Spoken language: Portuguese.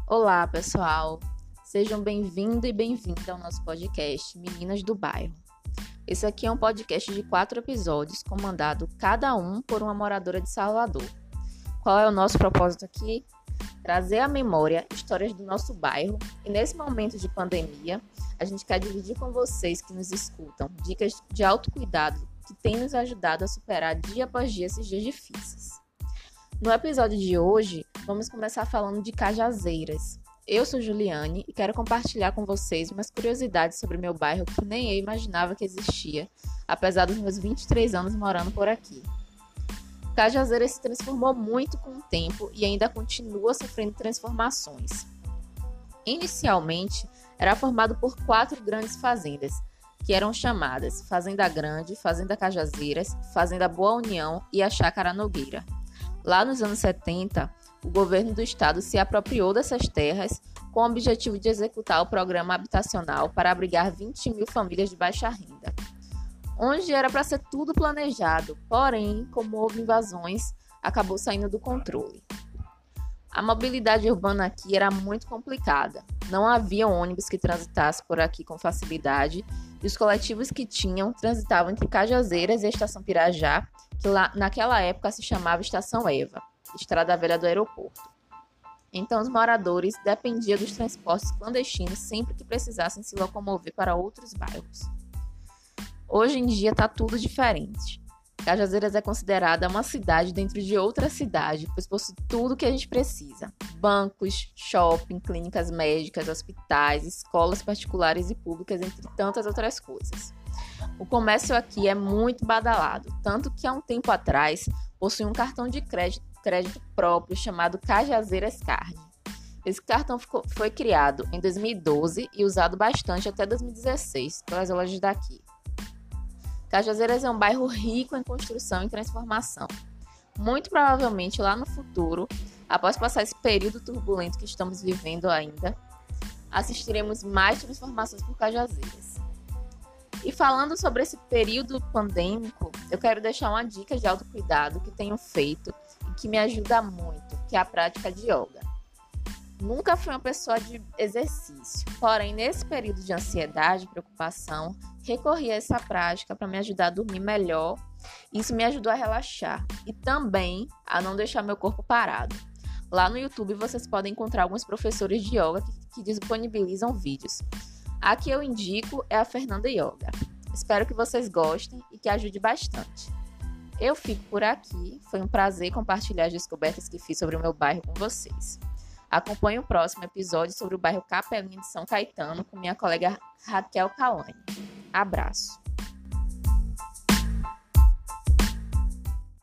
Olá, pessoal! Sejam bem-vindos e bem-vindas ao nosso podcast Meninas do Bairro. Esse aqui é um podcast de 4 episódios, comandado cada um por uma moradora de Salvador. Qual é o nosso propósito aqui? Trazer à memória histórias do nosso bairro e, nesse momento de pandemia, a gente quer dividir com vocês que nos escutam dicas de autocuidado que têm nos ajudado a superar dia após dia esses dias difíceis. No episódio de hoje, vamos começar falando de Cajazeiras. Eu sou Juliane e quero compartilhar com vocês umas curiosidades sobre meu bairro que nem eu imaginava que existia, apesar dos meus 23 anos morando por aqui. Cajazeiras se transformou muito com o tempo e ainda continua sofrendo transformações. Inicialmente, era formado por 4 grandes fazendas, que eram chamadas Fazenda Grande, Fazenda Cajazeiras, Fazenda Boa União e a Chácara Nogueira. Lá nos anos 70, o governo do estado se apropriou dessas terras com o objetivo de executar o programa habitacional para abrigar 20 mil famílias de baixa renda, onde era para ser tudo planejado, porém, como houve invasões, acabou saindo do controle. A mobilidade urbana aqui era muito complicada, não havia ônibus que transitasse por aqui com facilidade e os coletivos que tinham transitavam entre Cajazeiras e a Estação Pirajá, que lá, naquela época se chamava Estação Eva, Estrada Velha do aeroporto. Então os moradores dependiam dos transportes clandestinos sempre que precisassem se locomover para outros bairros. Hoje em dia está tudo diferente. Cajazeiras é considerada uma cidade dentro de outra cidade, pois possui tudo o que a gente precisa. Bancos, shopping, clínicas médicas, hospitais, escolas particulares e públicas, entre tantas outras coisas. O comércio aqui é muito badalado, tanto que há um tempo atrás possui um cartão de crédito próprio chamado Cajazeiras Card. Esse cartão foi criado em 2012 e usado bastante até 2016 pelas lojas daqui. Cajazeiras é um bairro rico em construção e transformação. Muito provavelmente lá no futuro, após passar esse período turbulento que estamos vivendo ainda, assistiremos mais transformações por Cajazeiras. E falando sobre esse período pandêmico, eu quero deixar uma dica de autocuidado que tenho feito e que me ajuda muito, que é a prática de yoga. Nunca fui uma pessoa de exercício, porém nesse período de ansiedade e preocupação, recorri a essa prática para me ajudar a dormir melhor. Isso me ajudou a relaxar e também a não deixar meu corpo parado. Lá no YouTube vocês podem encontrar alguns professores de yoga que disponibilizam vídeos. A que eu indico é a Fernanda Yoga. Espero que vocês gostem e que ajude bastante. Eu fico por aqui, foi um prazer compartilhar as descobertas que fiz sobre o meu bairro com vocês. Acompanhe o próximo episódio sobre o bairro Capelinha de São Caetano com minha colega Raquel Kalani. Abraço!